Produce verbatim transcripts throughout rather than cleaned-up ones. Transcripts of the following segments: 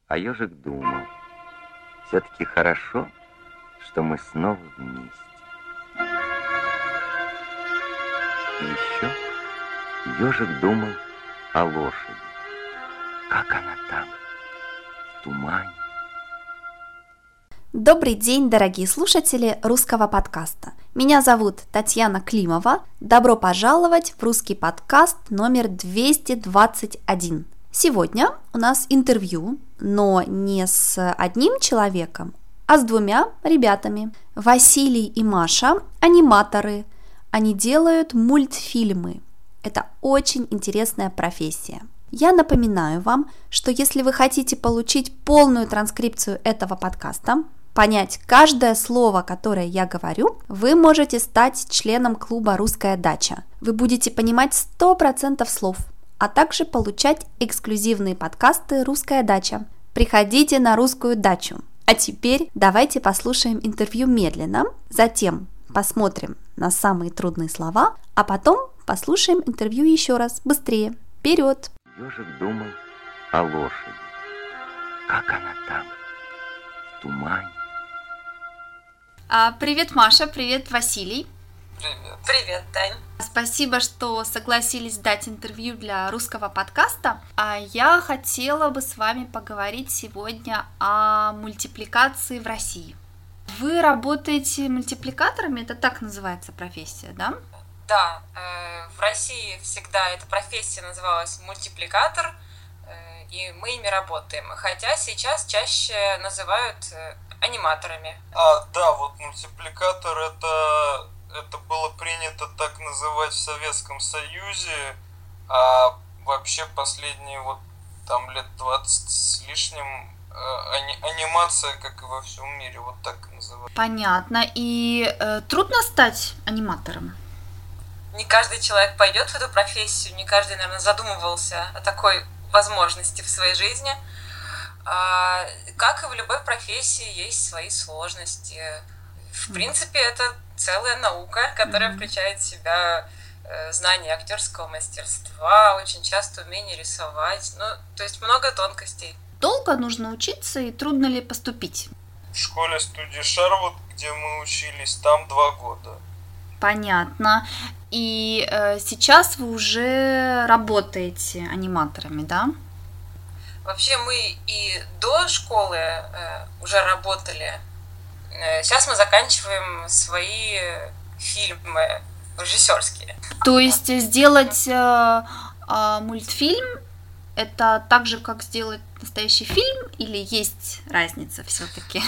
А ежик думал, все-таки хорошо, что мы снова вместе. И еще ежик думал о лошади. Как она там, в тумане. Добрый день, дорогие слушатели русского подкаста. Меня зовут Татьяна Климова. Добро пожаловать в русский подкаст номер двести двадцать один. Сегодня у нас интервью, но не с одним человеком, а с двумя ребятами. Василий и Маша – аниматоры. Они делают мультфильмы. Это очень интересная профессия. Я напоминаю вам, что если вы хотите получить полную транскрипцию этого подкаста, понять каждое слово, которое я говорю, вы можете стать членом клуба «Русская дача». Вы будете понимать сто процентов слов, а также получать эксклюзивные подкасты «Русская дача». Приходите на «Русскую дачу». А теперь давайте послушаем интервью медленно, затем посмотрим на самые трудные слова, а потом послушаем интервью еще раз быстрее. Вперед! Ежик думал о лошади. Как она там, в тумане. А, привет, Маша, привет, Василий. Привет. Привет, Тань. Спасибо, что согласились дать интервью для русского подкаста. А я хотела бы с вами поговорить сегодня о мультипликации в России. Вы работаете мультипликаторами, это так называется профессия, да? Да, э, в России всегда эта профессия называлась мультипликатор, э, и мы ими работаем. Хотя сейчас чаще называют э, аниматорами. А, да, вот мультипликатор это, это было принято так называть в Советском Союзе, а вообще последние вот там лет двадцать с лишним ани- анимация, как и во всем мире, вот так и называют. Понятно. И э, трудно стать аниматором? Не каждый человек пойдет в эту профессию, не каждый, наверное, задумывался о такой возможности в своей жизни. А, как и в любой профессии, есть свои сложности. В принципе, это целая наука, которая включает в себя э, знание актерского мастерства, очень часто умение рисовать, ну, то есть много тонкостей. Долго нужно учиться и трудно ли поступить? В школе студии Шарвуд, где мы учились, там два года. Понятно. И э, сейчас вы уже работаете аниматорами, да? Вообще мы и до школы э, уже работали. Э, сейчас мы заканчиваем свои фильмы режиссерские. То есть сделать э, э, мультфильм это так же, как сделать настоящий фильм, или есть разница все-таки?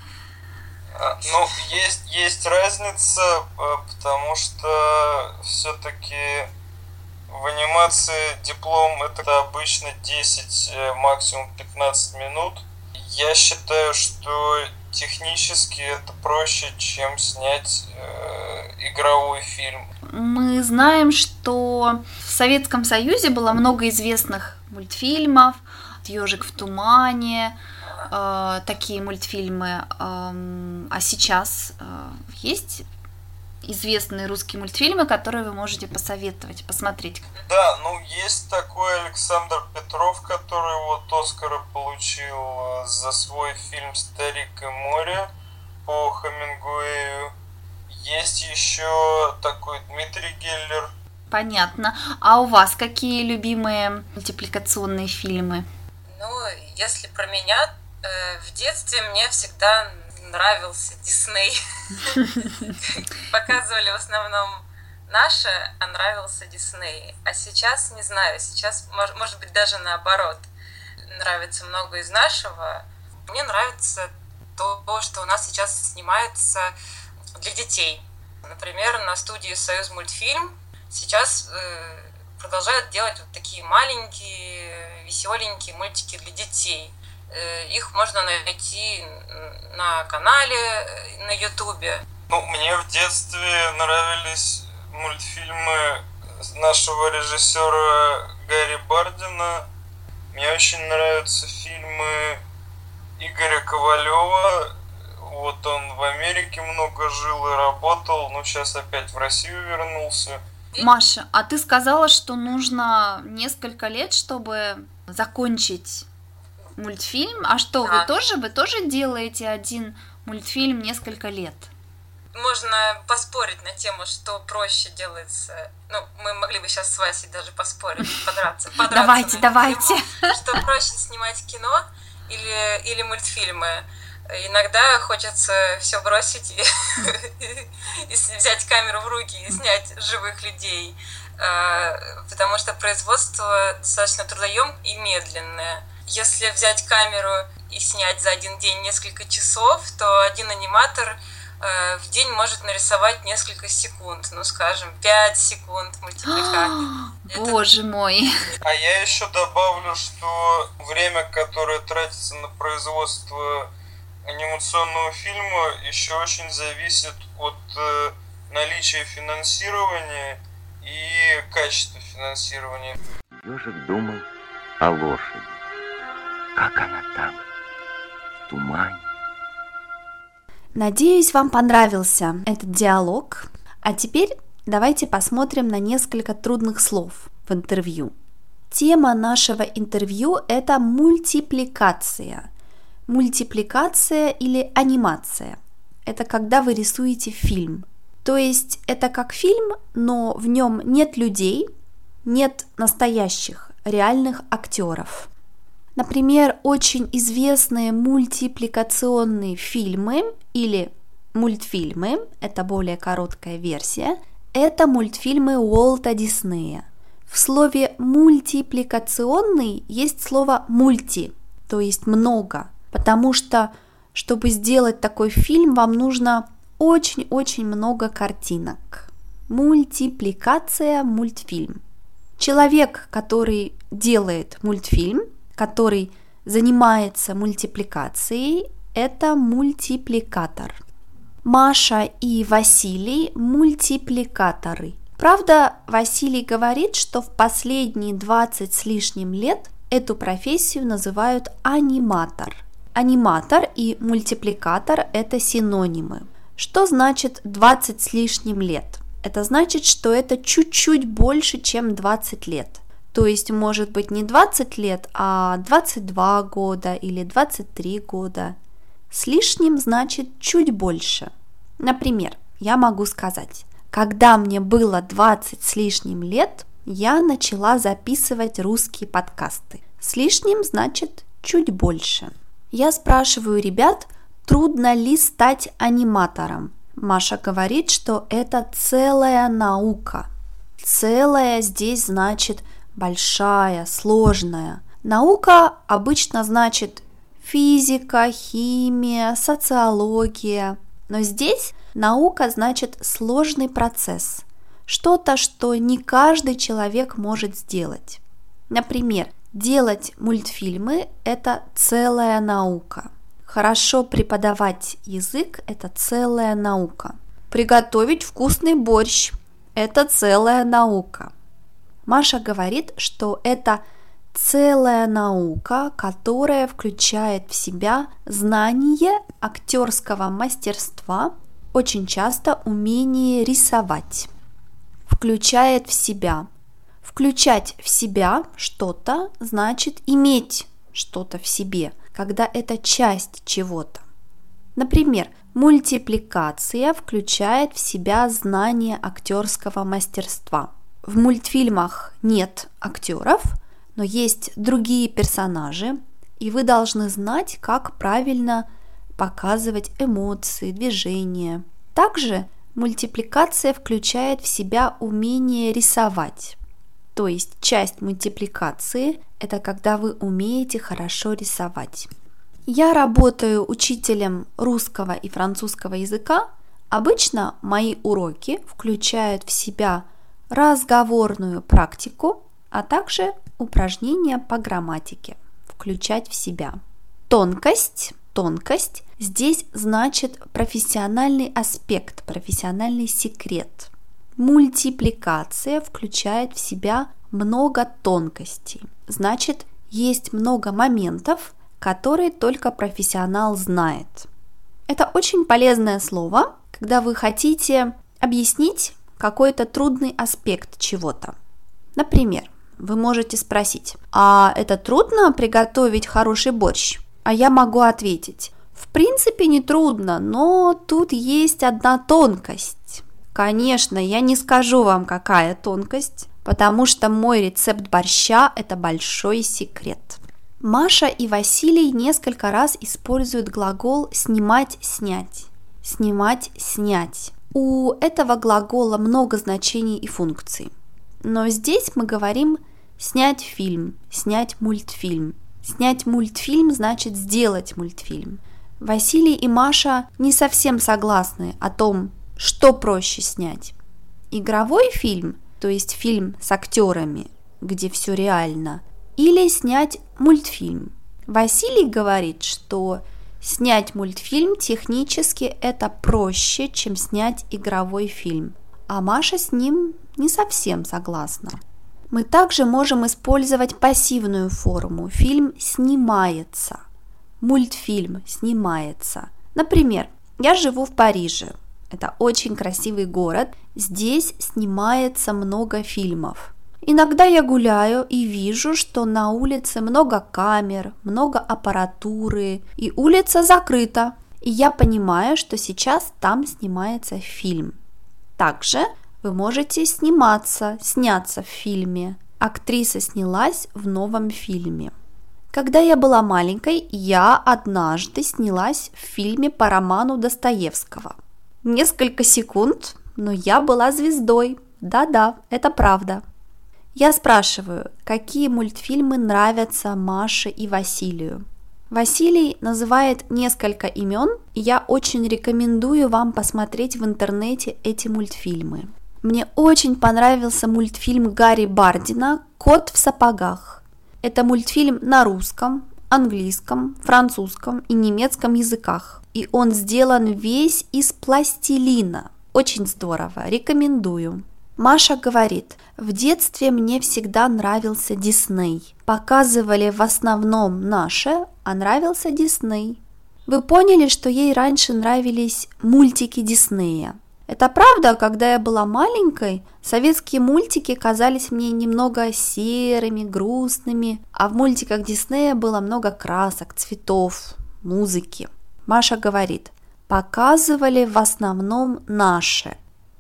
Ну, есть, есть разница, потому что все-таки в анимации диплом это обычно десять, максимум пятнадцать минут. Я считаю, что технически это проще, чем снять э, игровой фильм. Мы знаем, что в Советском Союзе было много известных мультфильмов, «Ежик в тумане», э, такие мультфильмы. Э, а сейчас э, есть известные русские мультфильмы, которые вы можете посоветовать, посмотреть? Да, ну есть такой Александр Петров, который вот Оскара получил за свой фильм «Старик и море» по Хемингуэю. Есть еще такой Дмитрий Геллер. Понятно. А у вас какие любимые мультипликационные фильмы? Ну, если про меня, э, в детстве мне всегда нравился Дисней. Показывали в основном наши, а нравился Дисней. А сейчас, не знаю, сейчас, может быть, даже наоборот. Нравится много из нашего. Мне нравится то, что у нас сейчас снимается для детей. Например, на студии «Союзмультфильм» сейчас э, продолжают делать вот такие маленькие, веселенькие мультики для детей. Э, их можно найти на канале, на Ютубе. Ну, мне в детстве нравились мультфильмы нашего режиссера Гарри Бардина. Мне очень нравятся фильмы Игоря Ковалева. Вот он в Америке много жил и работал, но сейчас опять в Россию вернулся. Маша, а ты сказала, что нужно несколько лет, чтобы закончить мультфильм. А что, Да. вы тоже, вы тоже делаете один мультфильм несколько лет? Можно поспорить на тему, что проще делается. Ну, мы могли бы сейчас с Васей даже поспорить, подраться. подраться Давайте, на давайте. тему, что проще снимать кино или, или мультфильмы. Иногда хочется все бросить и, и взять камеру в руки и снять живых людей, потому что производство достаточно трудоемкое и медленное. Если взять камеру и снять за один день несколько часов, то один аниматор в день может нарисовать несколько секунд, ну, скажем, пять секунд мультипликации. Боже мой. А я еще добавлю, что время, которое тратится на производство анимационного фильма, еще очень зависит от э, наличия финансирования и качества финансирования. Ежик думал о лошади. Как она там, в тумане. Надеюсь, вам понравился этот диалог. А теперь давайте посмотрим на несколько трудных слов в интервью. Тема нашего интервью – это мультипликация. Мультипликация или анимация – это когда вы рисуете фильм. То есть это как фильм, но в нем нет людей, нет настоящих, реальных актеров. Например, очень известные мультипликационные фильмы или мультфильмы, это более короткая версия, это мультфильмы Уолта Диснея. В слове мультипликационный есть слово мульти, то есть много, потому что, чтобы сделать такой фильм, вам нужно очень-очень много картинок. Мультипликация, мультфильм. Человек, который делает мультфильм, который занимается мультипликацией, это мультипликатор. Маша и Василий – мультипликаторы. Правда, Василий говорит, что в последние двадцать с лишним лет эту профессию называют аниматор. Аниматор и мультипликатор – это синонимы. Что значит двадцать с лишним лет? Это значит, что это чуть-чуть больше, чем двадцать лет. То есть, может быть, не двадцать лет, а двадцать два года или двадцать три года. С лишним значит чуть больше. Например, я могу сказать, когда мне было двадцать с лишним лет, я начала записывать русские подкасты. С лишним значит чуть больше. Я спрашиваю ребят, трудно ли стать аниматором. Маша говорит, что это целая наука. Целая здесь значит большая, сложная. Наука обычно значит физика, химия, социология. Но здесь наука значит сложный процесс. Что-то, что не каждый человек может сделать. Например, делать мультфильмы – это целая наука. Хорошо преподавать язык – это целая наука. Приготовить вкусный борщ – это целая наука. Маша говорит, что это целая наука, которая включает в себя знание актерского мастерства, очень часто умение рисовать. Включает в себя. Включать в себя что-то значит иметь что-то в себе, когда это часть чего-то. Например, мультипликация включает в себя знание актерского мастерства. В мультфильмах нет актеров, но есть другие персонажи, и вы должны знать, как правильно показывать эмоции, движения. Также мультипликация включает в себя умение рисовать. То есть часть мультипликации – это когда вы умеете хорошо рисовать. Я работаю учителем русского и французского языка. Обычно мои уроки включают в себя разговорную практику, а также упражнения по грамматике. Включать в себя. Тонкость. Тонкость здесь значит профессиональный аспект, профессиональный секрет. Мультипликация включает в себя много тонкостей. Значит, есть много моментов, которые только профессионал знает. Это очень полезное слово, когда вы хотите объяснить какой-то трудный аспект чего-то. Например, Вы можете спросить, а это трудно приготовить хороший борщ? А я могу ответить, в принципе не трудно, но тут есть одна тонкость. Конечно, я не скажу вам, какая тонкость, потому что мой рецепт борща – это большой секрет. Маша и Василий несколько раз используют глагол «снимать-снять». Снимать-снять. У этого глагола много значений и функций. Но здесь мы говорим снять фильм, снять мультфильм. Снять мультфильм значит сделать мультфильм. Василий и Маша не совсем согласны о том, что проще снять. Игровой фильм, то есть фильм с актерами, где все реально, или снять мультфильм. Василий говорит, что снять мультфильм технически это проще, чем снять игровой фильм, а Маша с ним не совсем согласна. Мы также можем использовать пассивную форму. Фильм снимается. Мультфильм снимается. Например, я живу в Париже. Это очень красивый город. Здесь снимается много фильмов. Иногда я гуляю и вижу, что на улице много камер, много аппаратуры, и улица закрыта. И я понимаю, что сейчас там снимается фильм. Также вы можете сниматься, сняться в фильме. Актриса снялась в новом фильме. Когда я была маленькой, я однажды снялась в фильме по роману Достоевского. Несколько секунд, но я была звездой. Да-да, это правда. Я спрашиваю, какие мультфильмы нравятся Маше и Василию. Василий называет несколько имен, и я очень рекомендую вам посмотреть в интернете эти мультфильмы. Мне очень понравился мультфильм Гарри Бардина «Кот в сапогах». Это мультфильм на русском, английском, французском и немецком языках. И он сделан весь из пластилина. Очень здорово, рекомендую. Маша говорит, в детстве мне всегда нравился Дисней. Показывали в основном наше, а нравился Дисней. Вы поняли, что ей раньше нравились мультики Диснея. Это правда, когда я была маленькой, советские мультики казались мне немного серыми, грустными, а в мультиках Диснея было много красок, цветов, музыки. Маша говорит, показывали в основном наши.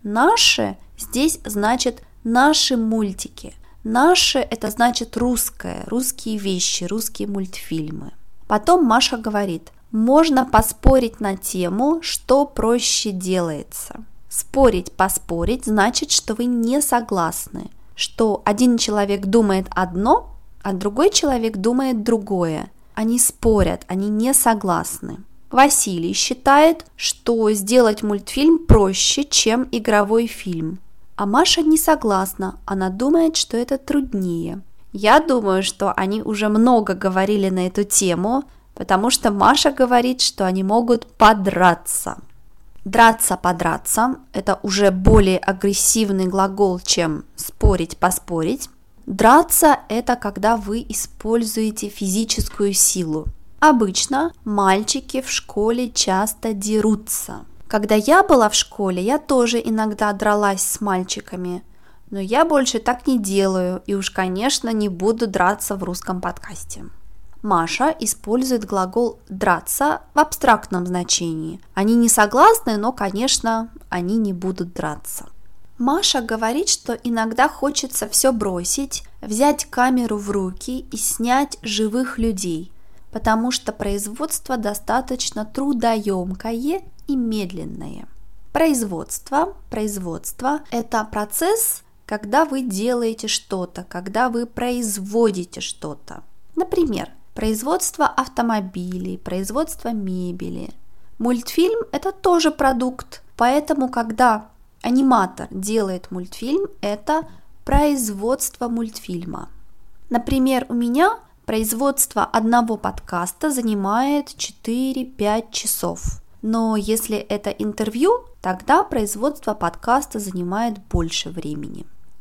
Наши здесь значит наши мультики. Наши это значит русское, русские вещи, русские мультфильмы. Потом Маша говорит, можно поспорить на тему, что проще делается. Спорить, поспорить значит, что вы не согласны, что один человек думает одно, а другой человек думает другое. Они спорят, они не согласны. Василий считает, что сделать мультфильм проще, чем игровой фильм. А Маша не согласна, она думает, что это труднее. Я думаю, что они уже много говорили на эту тему, потому что Маша говорит, что они могут подраться. Драться-подраться – это уже более агрессивный глагол, чем спорить-поспорить. Драться – это когда вы используете физическую силу. Обычно мальчики в школе часто дерутся. Когда я была в школе, я тоже иногда дралась с мальчиками, но я больше так не делаю и уж, конечно, не буду драться в русском подкасте. Маша использует глагол «драться» в абстрактном значении. Они не согласны, но, конечно, они не будут драться. Маша говорит, что иногда хочется все бросить, взять камеру в руки и снять живых людей, потому что производство достаточно трудоемкое и медленное. Производство, производство – это процесс, когда вы делаете что-то, когда вы производите что-то. Например, производство автомобилей, производство мебели. Мультфильм – это тоже продукт, поэтому, когда аниматор делает мультфильм, это производство мультфильма. Например, у меня производство одного подкаста занимает четыре-пять часов. Но если это интервью, тогда производство подкаста занимает больше времени.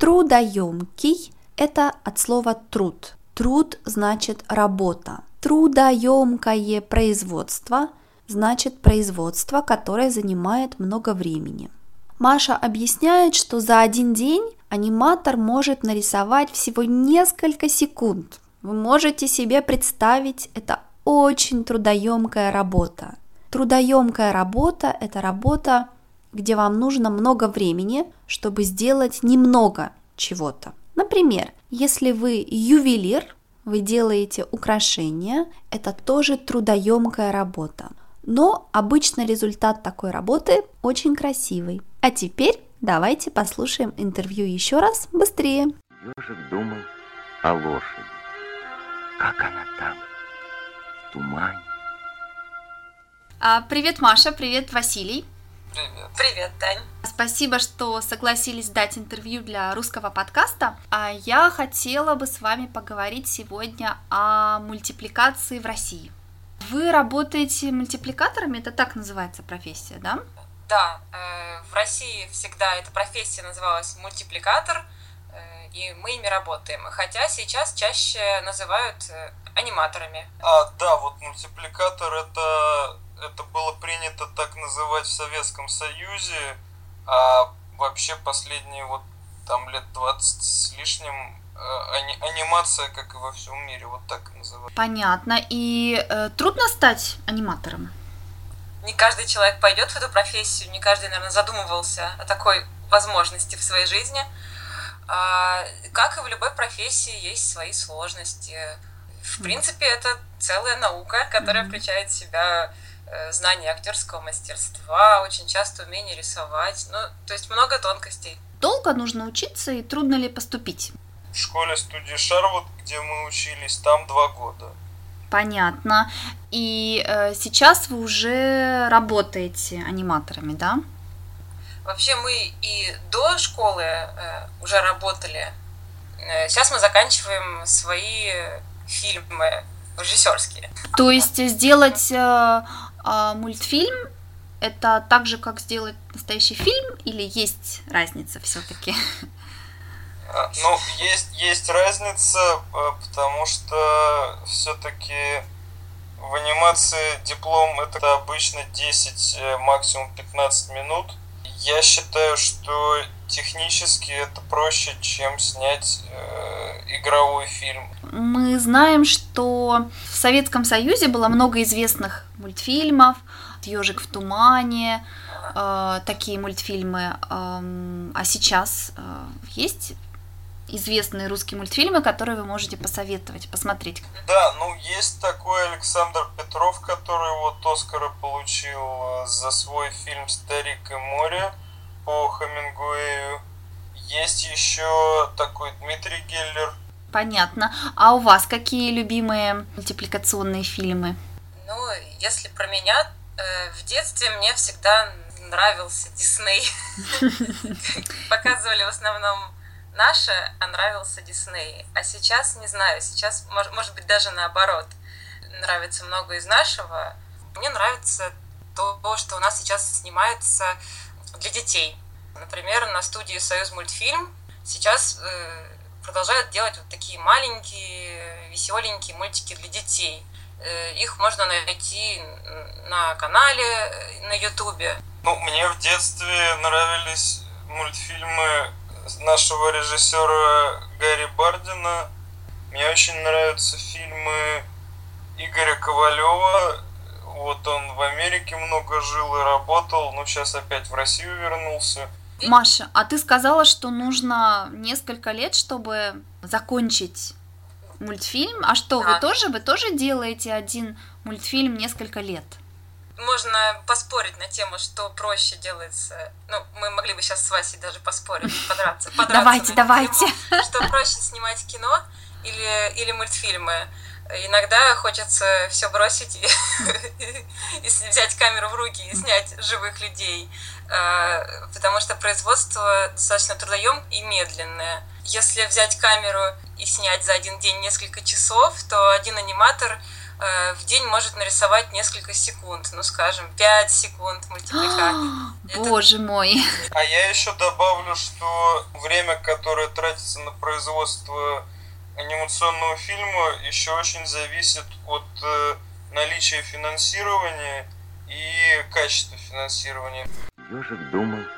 Трудоемкий – это от слова труд. Труд значит работа. Трудоемкое производство значит производство, которое занимает много времени. Маша объясняет, что за один день аниматор может нарисовать всего несколько секунд. Вы можете себе представить, это очень трудоемкая работа. Трудоемкая работа – это работа, где вам нужно много времени, чтобы сделать немного чего-то. Например, если вы ювелир, вы делаете украшения, это тоже трудоемкая работа. Но обычно результат такой работы очень красивый. А теперь давайте послушаем интервью еще раз быстрее. Ежик думал о лошади. Как она там, в тумане. А, привет, Маша, привет, Василий. Привет. Привет, Тань. Спасибо, что согласились дать интервью для русского подкаста. А я хотела бы с вами поговорить сегодня о мультипликации в России. Вы работаете мультипликаторами, это так называется профессия, да? Да, э, в России всегда эта профессия называлась мультипликатор, э, и мы ими работаем. Хотя сейчас чаще называют э, аниматорами. А, да, вот мультипликатор это, это было принято так называть в Советском Союзе, а вообще последние вот там лет двадцать с лишним ани- анимация, как и во всем мире, вот так и называют. Понятно. И э, трудно стать аниматором? Не каждый человек пойдет в эту профессию, не каждый, наверное, задумывался о такой возможности в своей жизни. А, как и в любой профессии, есть свои сложности. В принципе, это целая наука, которая mm-hmm. включает в себя э, знание актерского мастерства, очень часто умение рисовать, ну, то есть много тонкостей. Долго нужно учиться и трудно ли поступить? В школе студии Шарвуд, где мы учились, там два года. Понятно. И э, сейчас вы уже работаете аниматорами, да? Вообще мы и до школы э, уже работали. Э, сейчас мы заканчиваем свои фильмы режиссерские. То есть сделать э, э, мультфильм это так же, как сделать настоящий фильм, или есть разница все-таки? Ну, есть, есть разница, потому что все-таки в анимации диплом это обычно десять, максимум пятнадцать минут. Я считаю, что технически это проще, чем снять э, игровой фильм. Мы знаем, что в Советском Союзе было много известных мультфильмов, «Ежик в тумане», э, такие мультфильмы. Э, а сейчас э, есть известные русские мультфильмы, которые вы можете посоветовать, посмотреть? Да, ну есть такой Александр Петров, который вот Оскара получил за свой фильм «Старик и море» по Хемингуэю. Есть еще такой Дмитрий Геллер. Понятно. А у вас какие любимые мультипликационные фильмы? Ну, если про меня, э, в детстве мне всегда нравился Дисней. Показывали в основном наши, а нравился Дисней. А сейчас, не знаю, сейчас, может, может быть, даже наоборот. Нравится много из нашего. Мне нравится то, что у нас сейчас снимается для детей. Например, на студии «Союзмультфильм» сейчас э, продолжают делать вот такие маленькие, веселенькие мультики для детей. Э, их можно найти на канале, на Ютубе. Ну, мне в детстве нравились мультфильмы нашего режиссера Гарри Бардина. Мне очень нравятся фильмы Игоря Ковалева. Вот он в Америке много жил и работал, но сейчас опять в Россию вернулся. Маша, а ты сказала, что нужно несколько лет, чтобы закончить мультфильм. А что, да. вы тоже, вы тоже делаете один мультфильм несколько лет? Можно поспорить на тему, что проще делается. Ну, мы могли бы сейчас с Васей даже поспорить, подраться. подраться давайте, давайте. Тему, что проще снимать кино или, или мультфильмы. Иногда хочется все бросить и, и взять камеру в руки и снять живых людей, потому что производство достаточно трудоемкое и медленное. Если взять камеру и снять за один день несколько часов, то один аниматор в день может нарисовать несколько секунд, ну, скажем, пять секунд мультипликации. Боже мой! А я еще добавлю, что время, которое тратится на производство анимационного фильма, еще очень зависит от э, наличия финансирования и качества финансирования. Ежик думал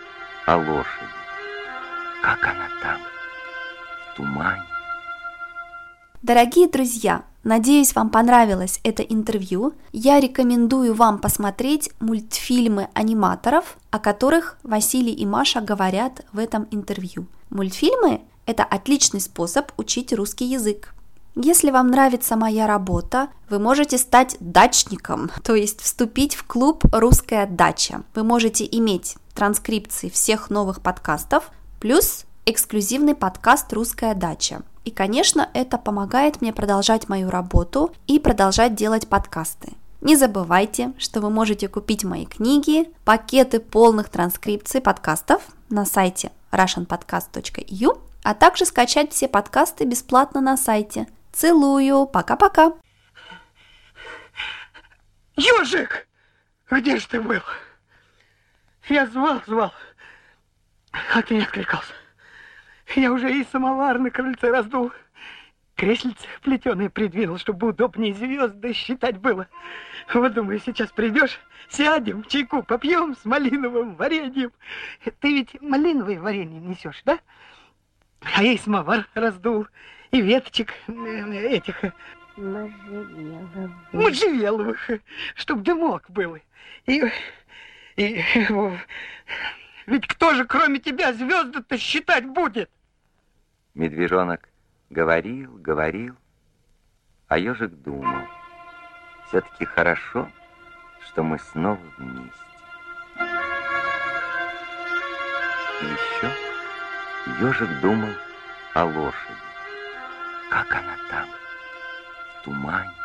о лошади. Как она там, в тумане. Дорогие друзья, надеюсь, вам понравилось это интервью. Я рекомендую вам посмотреть мультфильмы аниматоров, о которых Василий и Маша говорят в этом интервью. Мультфильмы – это отличный способ учить русский язык. Если вам нравится моя работа, вы можете стать дачником, то есть вступить в клуб «Русская дача». Вы можете иметь транскрипции всех новых подкастов, плюс эксклюзивный подкаст «Русская дача». И, конечно, это помогает мне продолжать мою работу и продолжать делать подкасты. Не забывайте, что вы можете купить мои книги, пакеты полных транскрипций подкастов на сайте russian podcast точка и ю, а также скачать все подкасты бесплатно на сайте. Целую, пока-пока. Ёжик, где же ты был? Я звал, звал, а ты не откликался. Я уже и самовар на крыльце раздул, креслице плетеное придвинул, чтобы удобнее звезды считать было. Вот думаю, сейчас придешь, сядем, чайку попьем с малиновым вареньем. Ты ведь малиновое варенье несешь, да? А я и самовар раздул, и веточек этих можжевеловых, можжевеловых, чтоб дымок был. И, и ведь кто же, кроме тебя, звезды-то считать будет? Медвежонок говорил, говорил, а ежик думал. Все-таки хорошо, что мы снова вместе. И еще ежик думал о лошади. Как она там, в тумане.